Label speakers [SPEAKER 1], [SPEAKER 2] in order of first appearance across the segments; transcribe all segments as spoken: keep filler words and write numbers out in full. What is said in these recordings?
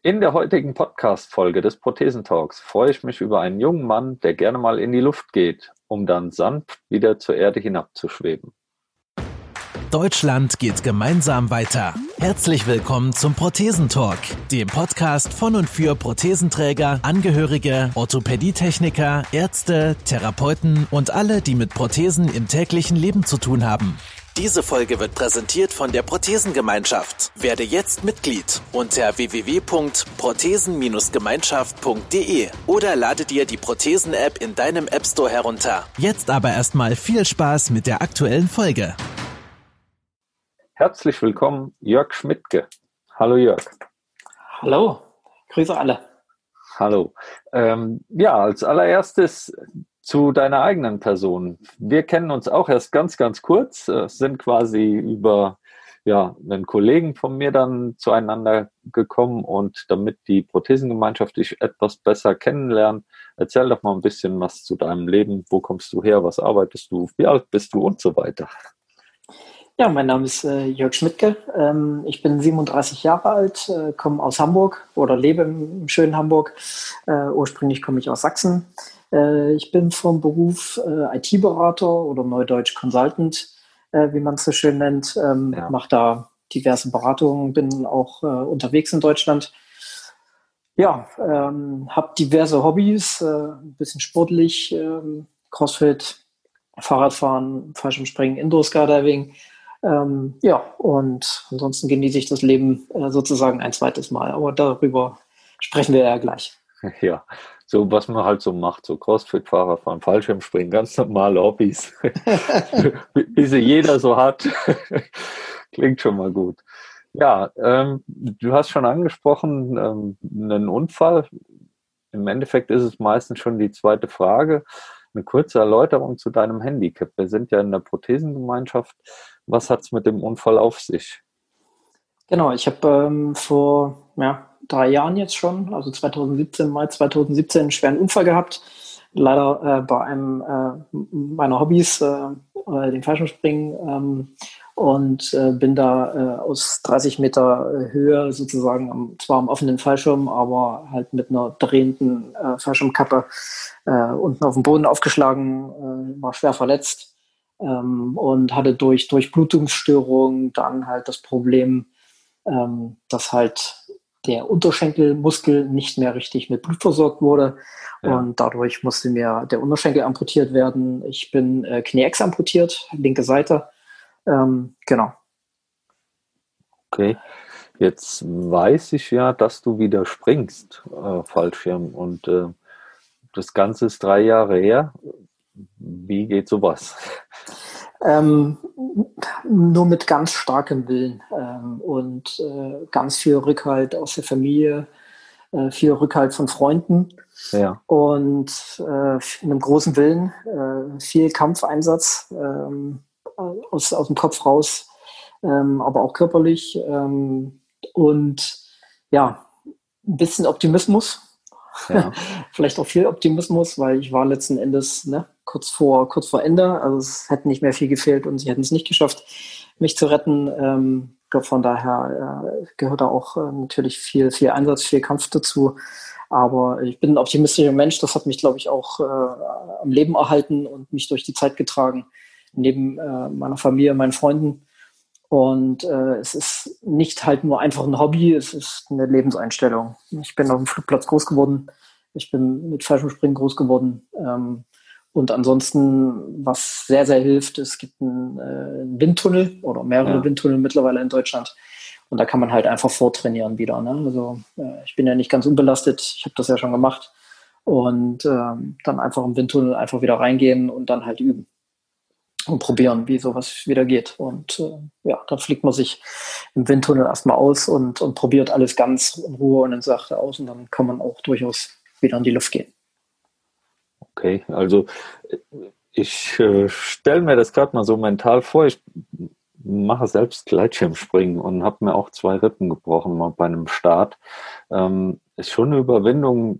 [SPEAKER 1] In der heutigen Podcast-Folge des Prothesentalks freue ich mich über einen jungen Mann, der gerne mal in die Luft geht, um dann sanft wieder zur Erde hinabzuschweben.
[SPEAKER 2] Deutschland geht gemeinsam weiter. Herzlich willkommen zum Prothesentalk, dem Podcast von und für Prothesenträger, Angehörige, Orthopädietechniker, Ärzte, Therapeuten und alle, die mit Prothesen im täglichen Leben zu tun haben. Diese Folge wird präsentiert von der Prothesengemeinschaft. Werde jetzt Mitglied unter w w w punkt prothesen gemeinschaft punkt d e oder lade dir die Prothesen-App in deinem App Store herunter. Jetzt aber erstmal viel Spaß mit der aktuellen Folge.
[SPEAKER 1] Herzlich willkommen, Jörg Schmidtke. Hallo Jörg.
[SPEAKER 3] Hallo, grüße alle.
[SPEAKER 1] Hallo. Ähm, ja, als allererstes zu deiner eigenen Person. Wir kennen uns auch erst ganz, ganz kurz, äh, sind quasi über ja, einen Kollegen von mir dann zueinander gekommen, und damit die Prothesengemeinschaft dich etwas besser kennenlernt, erzähl doch mal ein bisschen was zu deinem Leben. Wo kommst du her? Was arbeitest du? Wie alt bist du? Und so weiter.
[SPEAKER 3] Ja, mein Name ist äh, Jörg Schmidtke. Ähm, ich bin siebenunddreißig Jahre alt, äh, komme aus Hamburg oder lebe im, im schönen Hamburg. Äh, ursprünglich komme ich aus Sachsen. Äh, ich bin vom Beruf äh, I T-Berater oder Neudeutsch Consultant, äh, wie man es so schön nennt. Ähm,
[SPEAKER 1] Ja.
[SPEAKER 3] Mache da diverse Beratungen, bin auch äh, unterwegs in Deutschland. Ja, ähm, habe diverse Hobbys, äh, ein bisschen sportlich, ähm, Crossfit, Fahrradfahren, Fallschirmspringen, Indoor-Skydiving. Ähm, ja, und ansonsten genieße ich das Leben äh, sozusagen ein zweites Mal. Aber darüber sprechen wir ja gleich.
[SPEAKER 1] Ja, so was man halt so macht, so Crossfit, Fahrradfahren, Fallschirmspringen, ganz normale Hobbys, wie sie jeder so hat. Klingt schon mal gut. Ja, ähm, du hast schon angesprochen, ähm, einen Unfall. Im Endeffekt ist es meistens schon die zweite Frage. Eine kurze Erläuterung zu deinem Handicap. Wir sind ja in der Prothesengemeinschaft. Was hat es mit dem Unfall auf sich?
[SPEAKER 3] Genau, ich habe ähm, vor ja, drei Jahren jetzt schon, also zweitausendsiebzehn, Mai zweitausendsiebzehn, einen schweren Unfall gehabt. Leider äh, bei einem äh, meiner Hobbys, äh, äh, dem Fallschirmspringen, ähm, und äh, bin da äh, aus dreißig Meter Höhe sozusagen, am, zwar am offenen Fallschirm, aber halt mit einer drehenden äh, Fallschirmkappe äh, unten auf dem Boden aufgeschlagen, äh, war schwer verletzt ähm, und hatte durch Durchblutungsstörungen dann halt das Problem, ähm, dass halt der Unterschenkelmuskel nicht mehr richtig mit Blut versorgt wurde. Ja. Und dadurch musste mir der Unterschenkel amputiert werden. Ich bin äh, Knieex amputiert, linke Seite. Ähm, genau.
[SPEAKER 1] Okay, jetzt weiß ich ja, dass du wieder springst, äh, Fallschirm, und äh, das Ganze ist drei Jahre her. Wie geht sowas?
[SPEAKER 3] Ähm, nur mit ganz starkem Willen ähm, und äh, ganz viel Rückhalt aus der Familie, äh, viel Rückhalt von Freunden, ja. Und äh, einem großen Willen, äh, viel Kampfeinsatz ähm, aus, aus dem Kopf raus, ähm, aber auch körperlich ähm, und ja, ein bisschen Optimismus. Ja. Vielleicht auch viel Optimismus, weil ich war letzten Endes ne, kurz vor kurz vor Ende. Also es hätte nicht mehr viel gefehlt und sie hätten es nicht geschafft, mich zu retten. Ähm, ich glaube, von daher äh, gehört da auch äh, natürlich viel, viel Einsatz, viel Kampf dazu. Aber ich bin ein optimistischer Mensch. Das hat mich, glaube ich, auch äh, am Leben erhalten und mich durch die Zeit getragen, neben äh, meiner Familie, meinen Freunden. Und äh, es ist nicht halt nur einfach ein Hobby, es ist eine Lebenseinstellung. Ich bin auf dem Flugplatz groß geworden, ich bin mit Fallschirmspringen groß geworden. Ähm, und ansonsten, was sehr, sehr hilft, es gibt einen, äh, einen Windtunnel oder mehrere ja. Windtunnel mittlerweile in Deutschland. Und da kann man halt einfach vortrainieren wieder. Ne? Also äh, ich bin ja nicht ganz unbelastet, ich habe das ja schon gemacht. Und ähm, dann einfach im Windtunnel einfach wieder reingehen und dann halt üben. Und probieren, wie sowas wieder geht. Und äh, ja, dann fliegt man sich im Windtunnel erstmal aus und, und probiert alles ganz in Ruhe und in Sachte aus. Und dann kann man auch durchaus wieder in die Luft gehen.
[SPEAKER 1] Okay, also ich äh, stelle mir das gerade mal so mental vor. Ich mache selbst Gleitschirmspringen und habe mir auch zwei Rippen gebrochen mal bei einem Start. Ähm, ist schon eine Überwindung,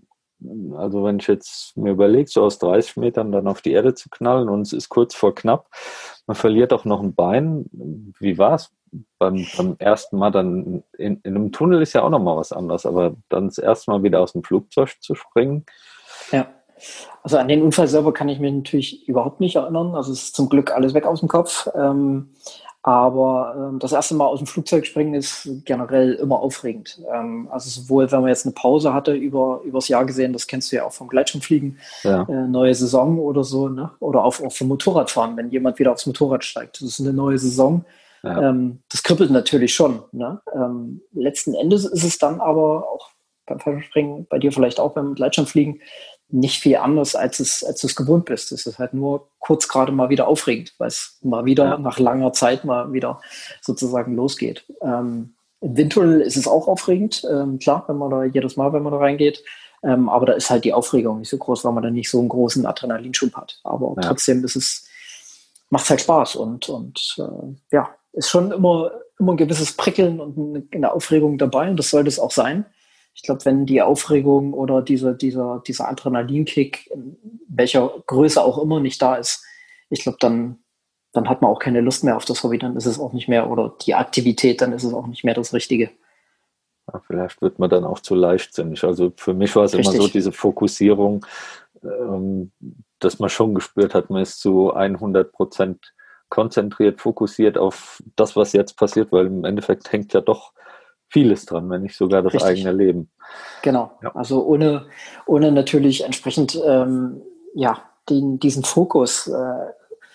[SPEAKER 1] Also wenn ich jetzt mir überlege, so aus dreißig Metern dann auf die Erde zu knallen und es ist kurz vor knapp, man verliert auch noch ein Bein. Wie war es beim, beim ersten Mal dann? In, in einem Tunnel ist ja auch nochmal was anderes, aber dann das erste Mal wieder aus dem Flugzeug zu springen.
[SPEAKER 3] Ja, also an den Unfall selber kann ich mich natürlich überhaupt nicht erinnern. Also es ist zum Glück alles weg aus dem Kopf. Ähm, aber ähm, das erste Mal aus dem Flugzeug springen ist generell immer aufregend. Ähm, also sowohl, wenn man jetzt eine Pause hatte über übers Jahr gesehen, das kennst du ja auch vom Gleitschirmfliegen, ja. äh, neue Saison oder so, ne? Oder auch, auch vom Motorradfahren, wenn jemand wieder aufs Motorrad steigt. Das ist eine neue Saison. Ja. Ähm, das kribbelt natürlich schon. Ne? Ähm, letzten Endes ist es dann aber auch beim Fallschirmspringen, bei dir vielleicht auch beim Gleitschirmfliegen, nicht viel anders, als es, als du es gewohnt bist. Es ist halt nur kurz gerade mal wieder aufregend, weil es mal wieder ja. nach langer Zeit mal wieder sozusagen losgeht. Ähm, im Windtunnel ist es auch aufregend, ähm, klar, wenn man da jedes Mal, wenn man da reingeht. Ähm, aber da ist halt die Aufregung nicht so groß, weil man da nicht so einen großen Adrenalinschub hat. Aber ja. trotzdem ist es, macht halt Spaß und, und äh, ja, ist schon immer, immer ein gewisses Prickeln und eine, eine Aufregung dabei und das sollte es auch sein. Ich glaube, wenn die Aufregung oder diese, dieser, dieser Adrenalinkick, in welcher Größe auch immer, nicht da ist, ich glaube, dann, dann hat man auch keine Lust mehr auf das Hobby, dann ist es auch nicht mehr, oder die Aktivität, dann ist es auch nicht mehr das Richtige.
[SPEAKER 1] Ja, vielleicht wird man dann auch zu leichtsinnig. Also für mich war es Richtig. immer so diese Fokussierung, ähm, dass man schon gespürt hat, man ist zu hundert Prozent konzentriert, fokussiert auf das, was jetzt passiert, weil im Endeffekt hängt ja doch vieles dran, wenn nicht sogar das Richtig. eigene Leben.
[SPEAKER 3] Genau, ja. also ohne, ohne natürlich entsprechend ähm, ja, den, diesen Fokus äh,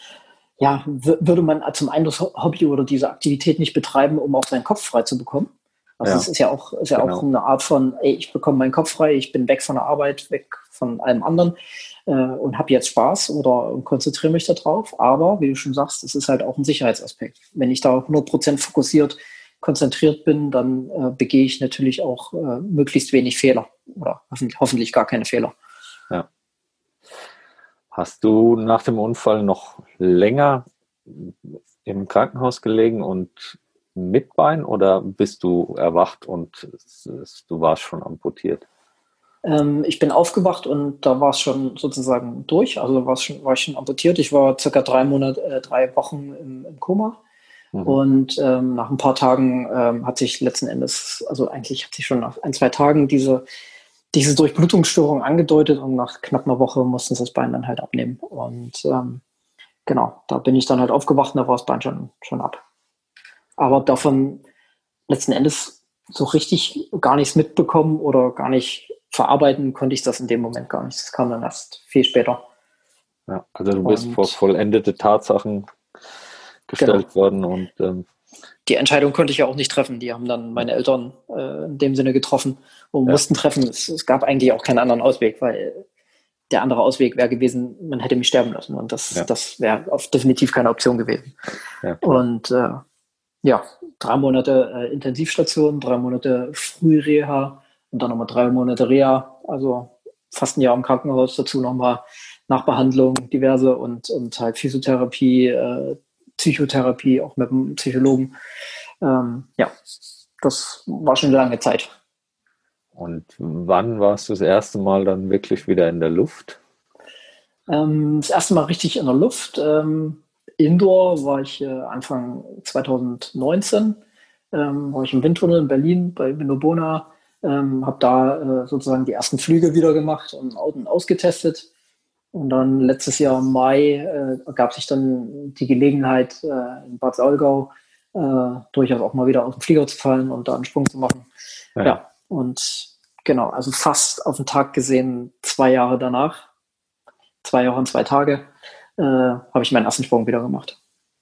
[SPEAKER 3] ja, w- würde man zum einen das Hobby oder diese Aktivität nicht betreiben, um auch seinen Kopf frei zu bekommen. Also es ja. ist ja auch, ist ja genau. auch eine Art von, ey, ich bekomme meinen Kopf frei, ich bin weg von der Arbeit, weg von allem anderen äh, und habe jetzt Spaß oder konzentriere mich darauf. Aber wie du schon sagst, es ist halt auch ein Sicherheitsaspekt. Wenn ich da hundert Prozent fokussiert konzentriert bin, dann äh, begehe ich natürlich auch äh, möglichst wenig Fehler oder hoffentlich, hoffentlich gar keine Fehler.
[SPEAKER 1] Ja. Hast du nach dem Unfall noch länger im Krankenhaus gelegen und mit Bein oder bist du erwacht und es, es, du warst schon amputiert?
[SPEAKER 3] Ähm, ich bin aufgewacht und da war es schon sozusagen durch, also war, schon, war ich schon amputiert. Ich war circa drei Monate, äh, drei Wochen im, im Koma. Mhm. Und ähm, nach ein paar Tagen ähm, hat sich letzten Endes, also eigentlich hat sich schon nach ein, zwei Tagen diese, diese Durchblutungsstörung angedeutet und nach knapp einer Woche mussten sie das Bein dann halt abnehmen. Und ähm, genau, da bin ich dann halt aufgewacht und da war das Bein schon, schon ab. Aber davon letzten Endes so richtig gar nichts mitbekommen oder gar nicht verarbeiten konnte ich das in dem Moment gar nicht. Das kam dann erst viel später.
[SPEAKER 1] Ja, also du bist und, vor vollendete Tatsachen gestellt genau. worden und ähm,
[SPEAKER 3] die Entscheidung konnte ich ja auch nicht treffen. Die haben dann meine Eltern äh, in dem Sinne getroffen und ja. mussten treffen. Es, es gab eigentlich auch keinen anderen Ausweg, weil der andere Ausweg wäre gewesen, man hätte mich sterben lassen und das, ja. das wäre definitiv keine Option gewesen. Ja, und äh, ja, drei Monate äh, Intensivstation, drei Monate Frühreha und dann nochmal drei Monate Reha, also fast ein Jahr im Krankenhaus, dazu nochmal Nachbehandlung, diverse und, und halt Physiotherapie, äh, Psychotherapie, auch mit einem Psychologen. Ähm, ja, das war schon eine lange Zeit.
[SPEAKER 1] Und wann warst du das erste Mal dann wirklich wieder in der Luft?
[SPEAKER 3] Ähm, das erste Mal richtig in der Luft. Ähm, Indoor war ich äh, Anfang zwanzig neunzehn. Ähm, war ich im Windtunnel in Berlin bei Windobona. Ähm, habe da äh, sozusagen die ersten Flüge wieder gemacht und Außen ausgetestet. Und dann letztes Jahr im Mai äh, ergab sich dann die Gelegenheit, äh, in Bad Saulgau äh, durchaus auch mal wieder aus dem Flieger zu fallen und da einen Sprung zu machen. Ja, ja. Und genau, also fast auf den Tag gesehen, zwei Jahre danach, zwei Jahre und zwei Tage, äh, habe ich meinen ersten Sprung wieder gemacht.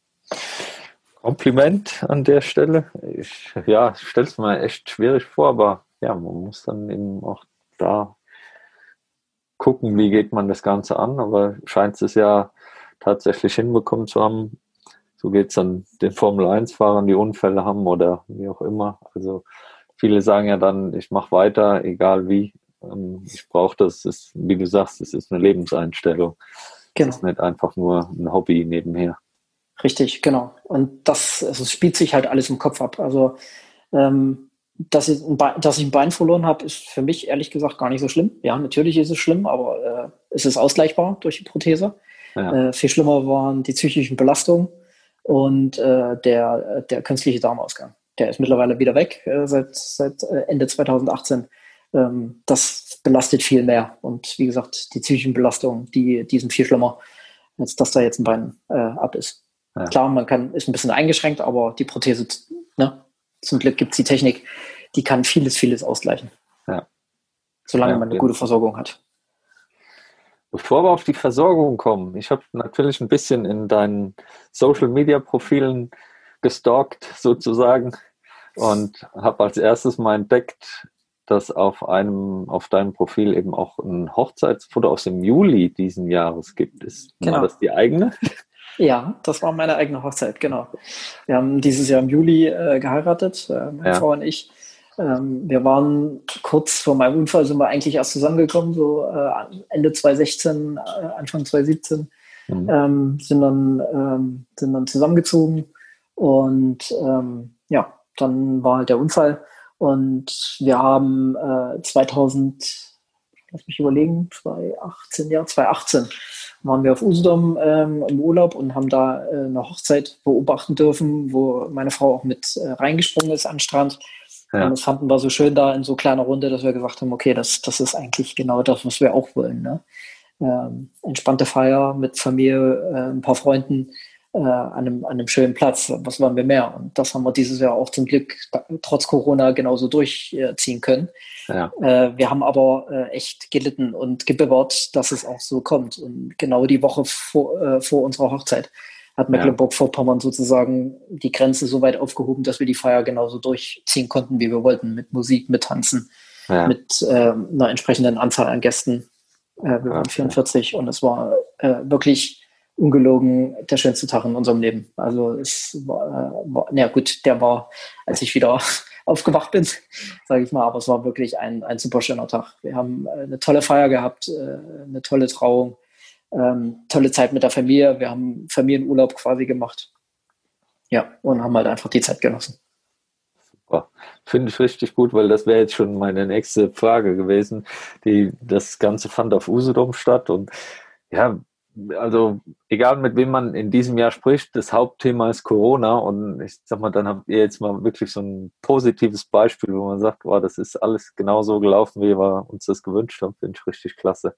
[SPEAKER 1] Kompliment an der Stelle. Ich, ja, ich stelle es mir echt schwierig vor, aber ja, man muss dann eben auch da gucken, wie geht man das Ganze an, aber scheint es ja tatsächlich hinbekommen zu haben. So geht es dann den Formel eins Fahrern, die Unfälle haben oder wie auch immer. Also viele sagen ja dann, ich mache weiter, egal wie. Ich brauche das, ist, wie du sagst, es ist eine Lebenseinstellung. Genau. Es ist nicht einfach nur ein Hobby nebenher.
[SPEAKER 3] Richtig, genau. Und das, also es spielt sich halt alles im Kopf ab. Also ähm, dass ich, ein Bein, dass ich ein Bein verloren habe, ist für mich ehrlich gesagt gar nicht so schlimm. Ja, natürlich ist es schlimm, aber äh, es ist ausgleichbar durch die Prothese. Ja. Äh, viel schlimmer waren die psychischen Belastungen und äh, der, der künstliche Darmausgang. Der ist mittlerweile wieder weg äh, seit, seit Ende zwanzig achtzehn. Ähm, das belastet viel mehr. Und wie gesagt, die psychischen Belastungen, die, die sind viel schlimmer, als dass da jetzt ein Bein äh, ab ist. Ja. Klar, man kann, ist ein bisschen eingeschränkt, aber die Prothese, ne, zum Glück gibt es die Technik, die kann vieles, vieles ausgleichen. Ja. Solange ja, man eine gute Versorgung hat.
[SPEAKER 1] Bevor wir auf die Versorgung kommen, ich habe natürlich ein bisschen in deinen Social-Media-Profilen gestalkt sozusagen und habe als erstes mal entdeckt, dass auf einem, auf deinem Profil eben auch ein Hochzeitsfoto aus dem Juli diesen Jahres gibt. Ist genau. War das die eigene?
[SPEAKER 3] Ja, das war meine eigene Hochzeit, genau. Wir haben dieses Jahr im Juli äh, geheiratet, äh, meine ja. Frau und ich. Ähm, wir waren kurz vor meinem Unfall, sind wir eigentlich erst zusammengekommen, so äh, Ende zwanzig sechzehn, äh, Anfang zwanzig siebzehn, mhm. ähm, sind, dann, ähm, sind dann zusammengezogen und ähm, ja, dann war halt der Unfall und wir haben äh, zweitausend, lass mich überlegen, zwanzig achtzehn, ja, zwanzig achtzehn waren wir auf Usedom ähm, im Urlaub und haben da äh, eine Hochzeit beobachten dürfen, wo meine Frau auch mit äh, reingesprungen ist an den Strand. Ja. Und das fanden wir so schön da in so kleiner Runde, dass wir gesagt haben, okay, das, das ist eigentlich genau das, was wir auch wollen. Ne? Ähm, entspannte Feier mit Familie, äh, ein paar Freunden äh, an, einem, an einem schönen Platz. Was wollen wir mehr? Und das haben wir dieses Jahr auch zum Glück trotz Corona genauso durchziehen können. Ja. Äh, wir haben aber äh, echt gelitten und gebibbert, dass es auch so kommt. Und genau die Woche vor, äh, vor unserer Hochzeit hat Mecklenburg-Vorpommern sozusagen die Grenze so weit aufgehoben, dass wir die Feier genauso durchziehen konnten, wie wir wollten, mit Musik, mit Tanzen, ja. mit äh, einer entsprechenden Anzahl an Gästen. Äh, wir waren okay. vierundvierzig und es war äh, wirklich ungelogen der schönste Tag in unserem Leben. Also es war, äh, war na gut, der war, als ich wieder aufgewacht bin, sage ich mal, aber es war wirklich ein, ein super schöner Tag. Wir haben äh, eine tolle Feier gehabt, äh, eine tolle Trauung, ähm, tolle Zeit mit der Familie. Wir haben Familienurlaub quasi gemacht. Ja, und haben halt einfach die Zeit genossen.
[SPEAKER 1] Super. Finde ich richtig gut, weil das wäre jetzt schon meine nächste Frage gewesen. Die, das Ganze fand auf Usedom statt und ja, also egal mit wem man in diesem Jahr spricht, das Hauptthema ist Corona und ich sag mal, dann habt ihr jetzt mal wirklich so ein positives Beispiel, wo man sagt, wow, das ist alles genauso gelaufen, wie wir uns das gewünscht haben, finde ich richtig klasse.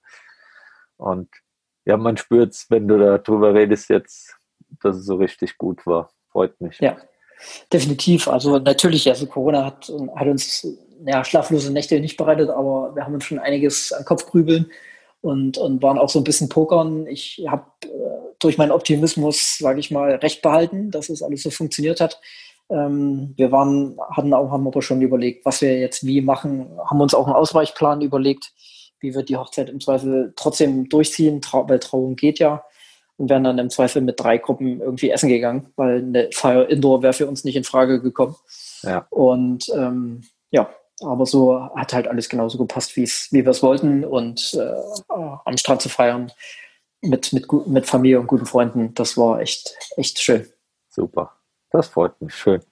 [SPEAKER 1] Und ja, man spürt es, wenn du darüber redest jetzt, dass es so richtig gut war. Freut mich.
[SPEAKER 3] Ja, definitiv. Also natürlich, also Corona hat, hat uns ja, schlaflose Nächte nicht bereitet, aber wir haben uns schon einiges an Kopfgrübeln und, und waren auch so ein bisschen pokern. Ich habe äh, durch meinen Optimismus, sage ich mal, recht behalten, dass es alles so funktioniert hat. Ähm, wir waren, hatten auch, haben aber schon überlegt, was wir jetzt wie machen, haben uns auch einen Ausweichplan überlegt, wie wir die Hochzeit im Zweifel trotzdem durchziehen, trau- weil Trauung geht ja. Und wären dann im Zweifel mit drei Gruppen irgendwie essen gegangen, weil eine Feier Indoor wäre für uns nicht in Frage gekommen. Ja. Und ähm, ja, aber so hat halt alles genauso gepasst, wie's, wie wir es wollten. Und äh, am Strand zu feiern mit, mit, mit Familie und guten Freunden, das war echt, echt schön.
[SPEAKER 1] Super, das freut mich, schön.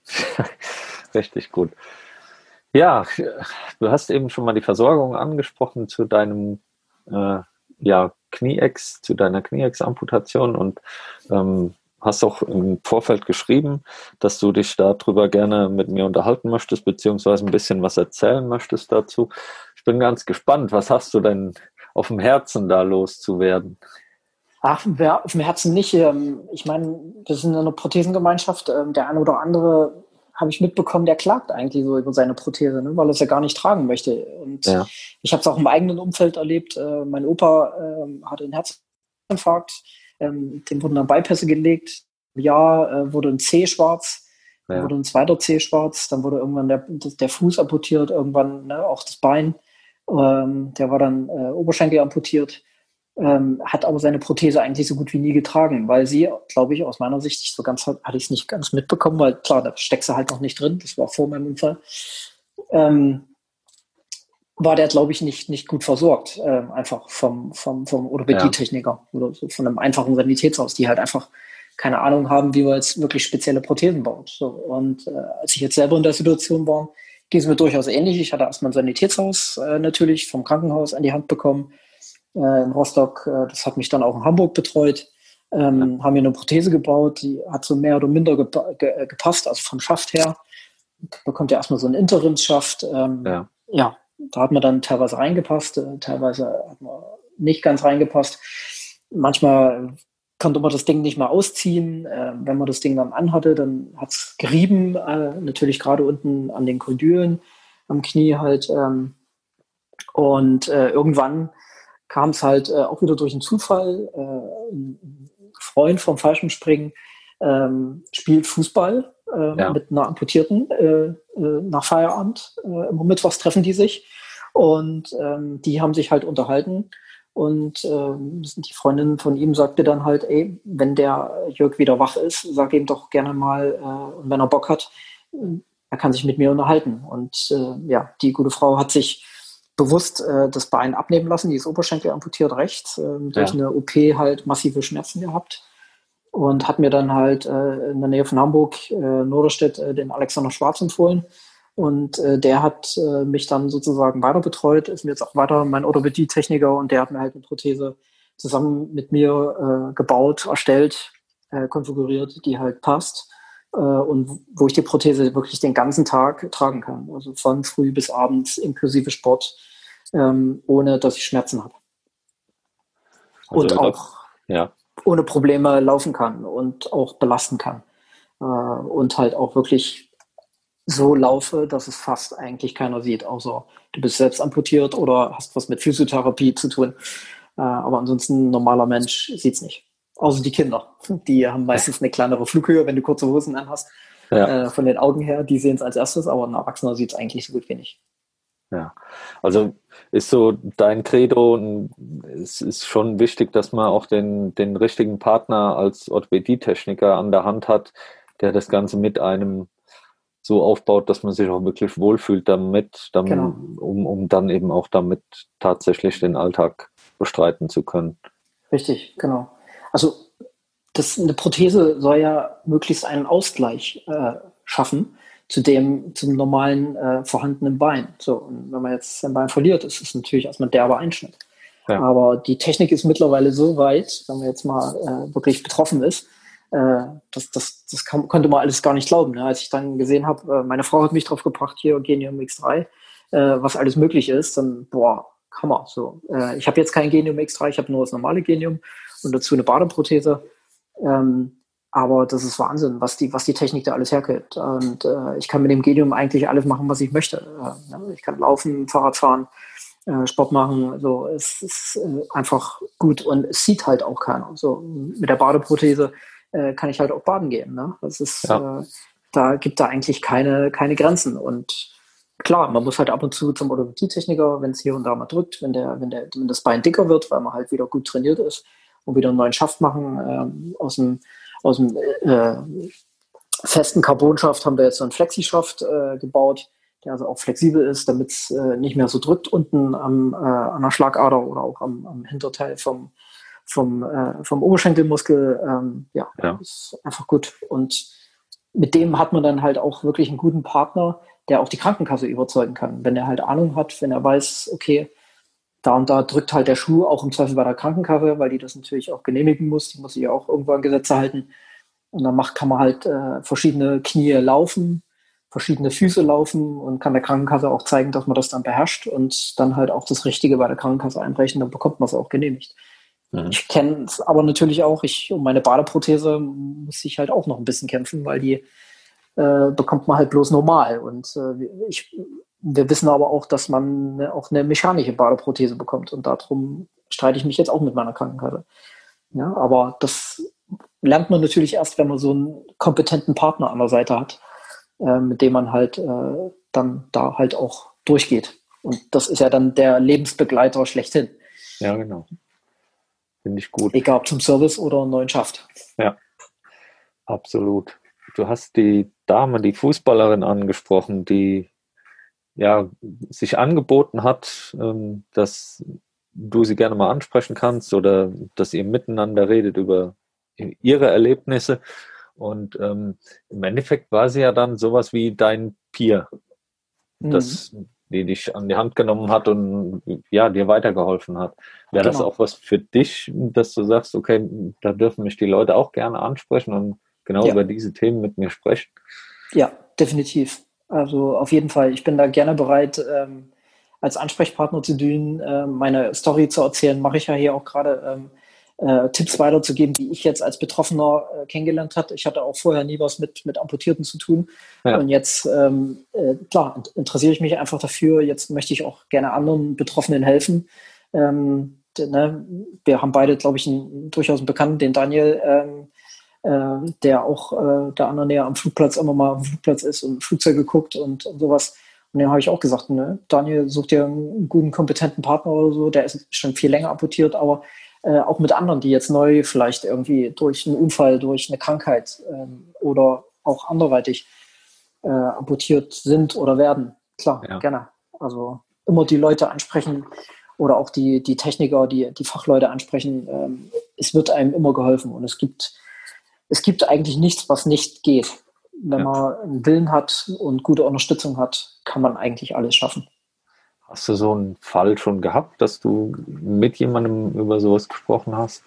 [SPEAKER 1] Richtig gut. Ja, du hast eben schon mal die Versorgung angesprochen zu deinem äh, ja, Knieex, zu deiner Knieex-Amputation und ähm, hast auch im Vorfeld geschrieben, dass du dich darüber gerne mit mir unterhalten möchtest, beziehungsweise ein bisschen was erzählen möchtest dazu. Ich bin ganz gespannt, was hast du denn auf dem Herzen, da loszuwerden?
[SPEAKER 3] Ach, auf dem Herzen nicht. Ich meine, wir sind eine Prothesengemeinschaft. Der eine oder andere, habe ich mitbekommen, der klagt eigentlich so über seine Prothese, ne, weil er es ja gar nicht tragen möchte. Und ja. Ich habe es auch im eigenen Umfeld erlebt. Äh, mein Opa äh, hatte einen Herzinfarkt, ähm, dem wurden dann Beipässe gelegt. Ja, äh, wurde ein Zeh schwarz, ja. Dann wurde ein zweiter Zeh schwarz, dann wurde irgendwann der, der Fuß amputiert, irgendwann ne, auch das Bein. Ähm, der war dann äh, Oberschenkel amputiert. Ähm, hat aber seine Prothese eigentlich so gut wie nie getragen, weil sie, glaube ich, aus meiner Sicht, so ganz hatte ich es nicht ganz mitbekommen, weil klar, da steckst du halt noch nicht drin, das war vor meinem Unfall, ähm, war der, glaube ich, nicht, nicht gut versorgt, ähm, einfach vom, vom, vom Orthopädietechniker ja. oder so von einem einfachen Sanitätshaus, die halt einfach keine Ahnung haben, wie man jetzt wirklich spezielle Prothesen baut. So, und äh, als ich jetzt selber in der Situation war, ging es mir durchaus ähnlich. Ich hatte erstmal ein Sanitätshaus äh, natürlich vom Krankenhaus an die Hand bekommen äh, in Rostock. Äh, das hat mich dann auch in Hamburg betreut. Ähm, ja. Haben mir eine Prothese gebaut, die hat so mehr oder minder gepa- ge- gepasst, also vom Schaft her. Da bekommt ja erstmal so einen Interimsschaft. Ähm, ja. ja, da hat man dann teilweise reingepasst, äh, teilweise hat man nicht ganz reingepasst. Manchmal konnte man das Ding nicht mal ausziehen. Äh, wenn man das Ding dann anhatte, dann hat es gerieben, äh, natürlich gerade unten an den Kondylen, am Knie halt. Ähm, und äh, irgendwann kam es halt äh, auch wieder durch einen Zufall. Äh, ein Freund vom Fallschirmspringen ähm, spielt Fußball äh, ja. mit einer Amputierten äh, äh, nach Feierabend. Äh, immer mittwochs treffen die sich und ähm, die haben sich halt unterhalten. Und ähm, die Freundin von ihm sagte dann halt, ey, wenn der Jörg wieder wach ist, sag ihm doch gerne mal, äh, und wenn er Bock hat, äh, er kann sich mit mir unterhalten. Und äh, ja, die gute Frau hat sich bewusst äh, das Bein abnehmen lassen, die ist Oberschenkel amputiert rechts, äh, durch ja. eine O P halt massive Schmerzen gehabt. Und hat mir dann halt äh, in der Nähe von Hamburg, äh, Norderstedt, äh, den Alexander Schwarz empfohlen. Und äh, der hat äh, mich dann sozusagen weiter betreut, ist mir jetzt auch weiter mein Orthopädie-Techniker und der hat mir halt eine Prothese zusammen mit mir äh, gebaut, erstellt, äh, konfiguriert, die halt passt äh, und wo ich die Prothese wirklich den ganzen Tag tragen kann. Also von früh bis abends inklusive Sport, ähm, ohne dass ich Schmerzen habe. Also und auch ja. ohne Probleme laufen kann und auch belasten kann. Äh, und halt auch wirklich so laufe, dass es fast eigentlich keiner sieht, außer du bist selbst amputiert oder hast was mit Physiotherapie zu tun. Äh, aber ansonsten ein normaler Mensch sieht es nicht. Außer die Kinder. Die haben meistens eine kleinere Flughöhe, wenn du kurze Hosen anhast. Ja. Äh, von den Augen her, die sehen es als erstes, aber ein Erwachsener sieht es eigentlich so gut wie nicht.
[SPEAKER 1] Ja, also ist so dein Credo, es ist schon wichtig, dass man auch den, den richtigen Partner als Orthopädietechniker an der Hand hat, der das Ganze mit einem so aufbaut, dass man sich auch wirklich wohlfühlt damit, damit genau. um, um dann eben auch damit tatsächlich den Alltag bestreiten zu können.
[SPEAKER 3] Richtig, genau. Also das, eine Prothese soll ja möglichst einen Ausgleich äh, schaffen zu dem zum normalen äh, vorhandenen Bein. So, und wenn man jetzt sein Bein verliert, ist es natürlich erstmal ein derber Einschnitt. Ja. Aber die Technik ist mittlerweile so weit, wenn man jetzt mal äh, wirklich betroffen ist, äh, das, das, das kann, konnte man alles gar nicht glauben. Ne? Als ich dann gesehen habe, äh, meine Frau hat mich drauf gebracht, hier Genium X drei, äh, was alles möglich ist, dann, boah, Hammer. So, äh, ich habe jetzt kein Genium X drei, ich habe nur das normale Genium und dazu eine Badeprothese. Ähm, aber das ist Wahnsinn, was die, was die Technik da alles herkriegt. Und äh, ich kann mit dem Genium eigentlich alles machen, was ich möchte. Äh, ne? Ich kann laufen, Fahrrad fahren, äh, Sport machen. So, es ist äh, einfach gut und es sieht halt auch keiner. So, mit der Badeprothese äh, kann ich halt auch baden gehen. Ne? Das ist, ja. äh, da gibt da eigentlich keine, keine Grenzen. Und klar, man muss halt ab und zu zum Orthopädie-Techniker, wenn es hier und da mal drückt, wenn der, wenn der, wenn das Bein dicker wird, weil man halt wieder gut trainiert ist und wieder einen neuen Schaft machen äh, aus dem Aus dem äh, festen Carbonschaft haben wir jetzt so einen Flexischaft äh, gebaut, der also auch flexibel ist, damit es äh, nicht mehr so drückt unten am, äh, an der Schlagader oder auch am, am Hinterteil vom, vom, äh, vom Oberschenkelmuskel. Ähm, ja, ja, ist einfach gut. Und mit dem hat man dann halt auch wirklich einen guten Partner, der auch die Krankenkasse überzeugen kann. Wenn er halt Ahnung hat, wenn er weiß, okay, da und da drückt halt der Schuh auch im Zweifel bei der Krankenkasse, weil die das natürlich auch genehmigen muss. Die muss sich ja auch irgendwo an Gesetze halten. Und dann macht, kann man halt äh, verschiedene Knie laufen, verschiedene Füße laufen und kann der Krankenkasse auch zeigen, dass man das dann beherrscht und dann halt auch das Richtige bei der Krankenkasse einbrechen. Dann bekommt man es auch genehmigt. Mhm. Ich kenne es aber natürlich auch, ich um meine Badeprothese muss ich halt auch noch ein bisschen kämpfen, weil die äh, bekommt man halt bloß normal. Und äh, ich Wir wissen aber auch, dass man ne, auch eine mechanische Badeprothese bekommt. Und darum streite ich mich jetzt auch mit meiner Krankenkasse. Ja, aber das lernt man natürlich erst, wenn man so einen kompetenten Partner an der Seite hat, äh, mit dem man halt äh, dann da halt auch durchgeht. Und das ist ja dann der Lebensbegleiter schlechthin.
[SPEAKER 1] Ja, genau. Finde ich gut.
[SPEAKER 3] Egal ob zum Service oder einen neuen Schaft.
[SPEAKER 1] Ja, absolut. Du hast die Dame, die Fußballerin angesprochen, die ja, sich angeboten hat, ähm, dass du sie gerne mal ansprechen kannst oder dass ihr miteinander redet über ihre Und ähm, im Endeffekt war sie ja dann sowas wie dein Peer. das, die dich an die Hand genommen hat und ja, dir weitergeholfen hat. Wäre
[SPEAKER 3] Genau.
[SPEAKER 1] das auch was für dich, dass du sagst, okay, da dürfen mich die Leute auch gerne ansprechen und genau
[SPEAKER 3] Ja.
[SPEAKER 1] über diese Themen mit mir sprechen?
[SPEAKER 3] Ja, definitiv. Also auf jeden Fall. Ich bin da gerne bereit, ähm, als Ansprechpartner zu dienen, äh, meine Story zu erzählen. Mache ich ja hier auch gerade, ähm, äh, Tipps weiterzugeben, die ich jetzt als Betroffener äh, kennengelernt hatte. Ich hatte auch vorher nie was mit, mit Amputierten zu tun.
[SPEAKER 1] Ja.
[SPEAKER 3] Und jetzt, ähm, äh, klar, interessiere ich mich einfach dafür. Jetzt möchte ich auch gerne anderen Betroffenen helfen. Ähm, ne? Wir haben beide, glaube ich, einen, durchaus einen Bekannten, den Daniel, ähm, äh, der auch äh, da an der Nähe am Flugplatz immer mal am Flugplatz ist und Flugzeuge guckt und, und sowas. Und dann habe ich auch gesagt, ne, Daniel, such dir einen guten, kompetenten Partner oder so, der ist schon viel länger amputiert, aber äh, auch mit anderen, die jetzt neu vielleicht irgendwie durch einen Unfall, durch eine Krankheit ähm, oder auch anderweitig äh, amputiert sind oder werden. Klar,
[SPEAKER 1] Ja.
[SPEAKER 3] gerne. Also immer die Leute ansprechen oder auch die, die Techniker, die, die Fachleute ansprechen. Ähm, es wird einem immer geholfen und es gibt Es gibt eigentlich nichts, was nicht geht. Wenn
[SPEAKER 1] Ja.
[SPEAKER 3] man einen Willen hat und gute Unterstützung hat, kann man eigentlich alles schaffen.
[SPEAKER 1] Hast du so einen Fall schon gehabt, dass du mit jemandem über sowas gesprochen hast?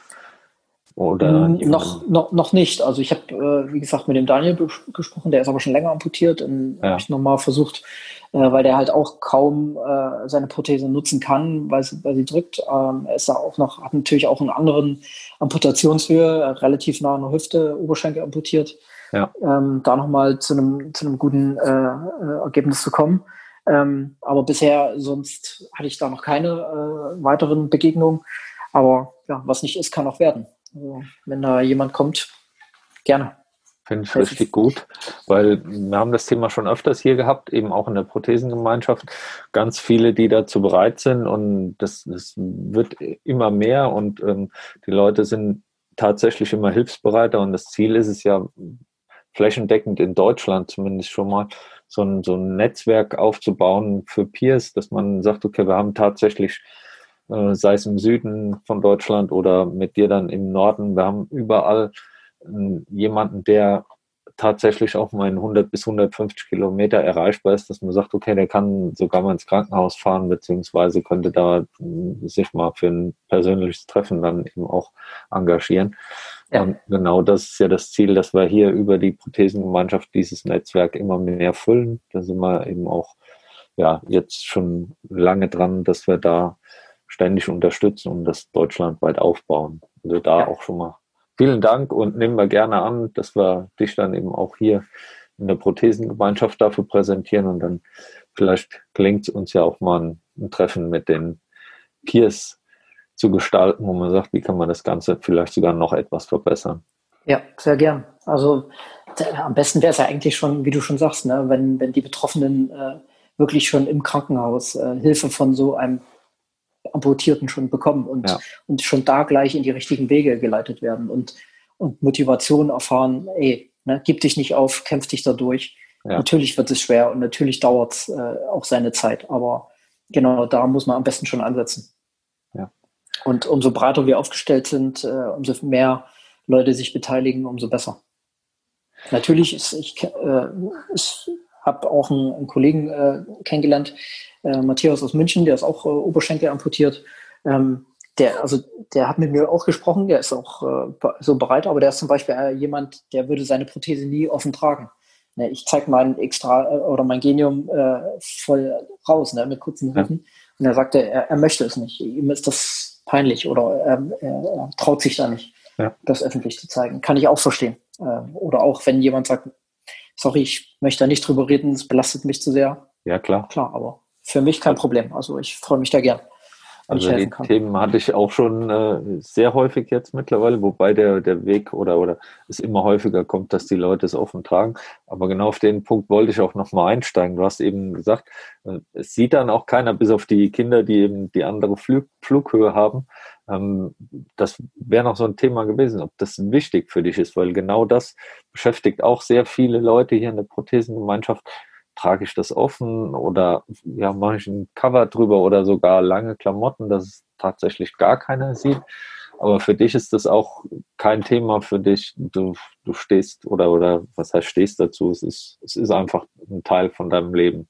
[SPEAKER 1] Oder
[SPEAKER 3] Hm, noch, noch, noch nicht. Also ich habe, äh, wie gesagt, mit dem Daniel bes- gesprochen, der ist aber schon länger amputiert. Und
[SPEAKER 1] Ja.
[SPEAKER 3] habe ich nochmal versucht, äh, weil der halt auch kaum äh, seine Prothese nutzen kann, weil sie, weil sie drückt. Ähm, er ist da auch noch, hat natürlich auch einen anderen Amputationshöhe, äh, relativ nah an der Hüfte, Oberschenkel amputiert.
[SPEAKER 1] Ja.
[SPEAKER 3] Ähm, da nochmal zu einem zu einem guten äh, äh, Ergebnis zu kommen. Ähm, aber bisher, sonst hatte ich da noch keine äh, weiteren Begegnungen. Aber ja, was nicht ist, kann auch werden. Also, wenn da jemand kommt, gerne.
[SPEAKER 1] Finde ich richtig gut, weil wir haben das Thema schon öfters hier gehabt, eben auch in der Prothesengemeinschaft. Ganz viele, die dazu bereit sind und das, das wird immer mehr und ähm, die Leute sind tatsächlich immer hilfsbereiter und das Ziel ist es ja, flächendeckend in Deutschland zumindest schon mal, so ein, so ein Netzwerk aufzubauen für Peers, dass man sagt, okay, wir haben tatsächlich, äh, sei es im Süden von Deutschland oder mit dir dann im Norden, wir haben überall äh, jemanden, der tatsächlich auch mal in hundert bis hundertfünfzig Kilometer erreichbar ist, dass man sagt, okay, der kann sogar mal ins Krankenhaus fahren, beziehungsweise könnte da äh, sich mal für ein persönliches Treffen dann eben auch engagieren. Ja. Und genau das ist ja das Ziel, dass wir hier über die Prothesengemeinschaft dieses Netzwerk immer mehr füllen. Da sind wir eben auch ja jetzt schon lange dran, dass wir da ständig unterstützen und das deutschlandweit aufbauen. Also da ja. auch schon mal vielen Dank und nehmen wir gerne an, dass wir dich dann eben auch hier in der Prothesengemeinschaft dafür präsentieren und dann vielleicht gelingt es uns ja auch mal ein, ein Treffen mit den Peers zu gestalten, wo man sagt, wie kann man das Ganze vielleicht sogar noch etwas verbessern.
[SPEAKER 3] Ja, sehr gern. Also der, am besten wäre es ja eigentlich schon, wie du schon sagst, ne, wenn, wenn die Betroffenen äh, wirklich schon im Krankenhaus äh, Hilfe von so einem Amputierten schon bekommen und, ja. und schon da gleich in die richtigen Wege geleitet werden und, und Motivation erfahren, ey, ne, gib dich nicht auf, kämpf dich da durch. Ja. Natürlich wird es schwer und natürlich dauert es äh, auch seine Zeit, aber genau da muss man am besten schon ansetzen. Und umso breiter wir aufgestellt sind, äh, umso mehr Leute sich beteiligen, umso besser. Natürlich ist, ich, äh, ich habe auch einen, einen Kollegen äh, kennengelernt, äh, Matthias aus München, der ist auch äh, Oberschenkel amputiert. Ähm, der, also, der hat mit mir auch gesprochen, der ist auch äh, so bereit, aber der ist zum Beispiel äh, jemand, der würde seine Prothese nie offen tragen. Ne, ich zeige mein Extra äh, oder mein Genium äh, voll raus, ne, mit kurzen Hufen. Ja. Und er sagte, er, er möchte es nicht. Ihm ist das peinlich oder er, er, er traut sich da nicht, ja. das öffentlich zu zeigen. Kann ich auch verstehen. Ähm, oder auch, wenn jemand sagt, sorry, ich möchte da nicht drüber reden, es belastet mich zu sehr.
[SPEAKER 1] Ja, klar.
[SPEAKER 3] Klar, aber für mich kein Problem. Also ich freue mich da gern, wenn
[SPEAKER 1] also
[SPEAKER 3] ich helfen
[SPEAKER 1] die
[SPEAKER 3] kann.
[SPEAKER 1] Themen hatte ich auch schon äh, sehr häufig jetzt mittlerweile, wobei der, der Weg oder, oder es immer häufiger kommt, dass die Leute es offen tragen. Aber genau auf den Punkt wollte ich auch nochmal einsteigen. Du hast eben gesagt, äh, es sieht dann auch keiner, bis auf die Kinder, die eben die andere Flug, Flughöhe haben. Ähm, das wäre noch so ein Thema gewesen, ob das wichtig für dich ist, weil genau das beschäftigt auch sehr viele Leute hier in der Prothesengemeinschaft. Trage ich das offen oder ja, mache ich ein Cover drüber oder sogar lange Klamotten, dass es tatsächlich gar keiner sieht. Aber für dich ist das auch kein Thema für dich. Du, du stehst oder, oder was heißt stehst dazu? Es ist, es ist einfach ein Teil von deinem Leben.